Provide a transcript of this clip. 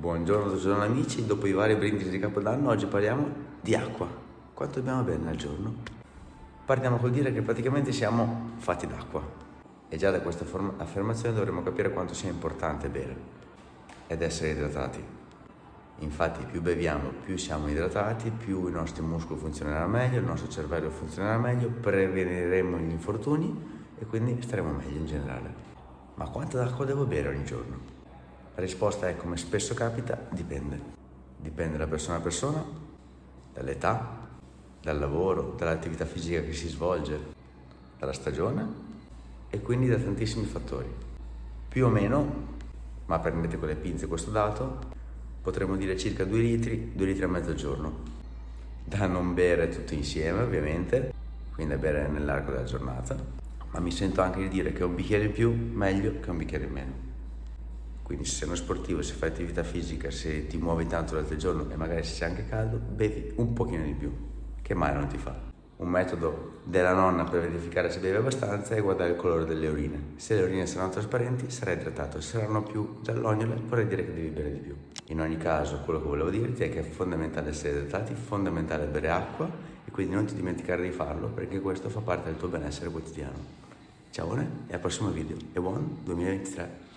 Buongiorno, buongiorno amici, dopo i vari brindisi di Capodanno oggi parliamo di acqua. Quanto dobbiamo bere al giorno? Partiamo col dire che praticamente siamo fatti d'acqua e già da questa affermazione dovremmo capire quanto sia importante bere ed essere idratati. Infatti più beviamo, più siamo idratati, più i nostri muscoli funzioneranno meglio, il nostro cervello funzionerà meglio, preveniremo gli infortuni e quindi staremo meglio in generale. Ma quanta acqua devo bere ogni giorno? La risposta è, come spesso capita, dipende. Dipende da persona a persona, dall'età, dal lavoro, dall'attività fisica che si svolge, dalla stagione e quindi da tantissimi fattori. Più o meno, ma prendete con le pinze questo dato, potremmo dire circa 2 litri, 2 litri e mezzo al giorno. Da non bere tutti insieme, ovviamente, quindi da bere nell'arco della giornata, ma mi sento anche di dire che un bicchiere in più meglio che un bicchiere in meno. Quindi se sei uno sportivo, se fai attività fisica, se ti muovi tanto durante il giorno e magari se c'è anche caldo, bevi un pochino di più, che male non ti fa. Un metodo della nonna per verificare se bevi abbastanza è guardare il colore delle urine. Se le urine saranno trasparenti sarai idratato, se saranno più giallognole vorrei dire che devi bere di più. In ogni caso quello che volevo dirti è che è fondamentale essere idratati, fondamentale bere acqua e quindi non ti dimenticare di farlo perché questo fa parte del tuo benessere quotidiano. Ciao e al prossimo video e buon 2023!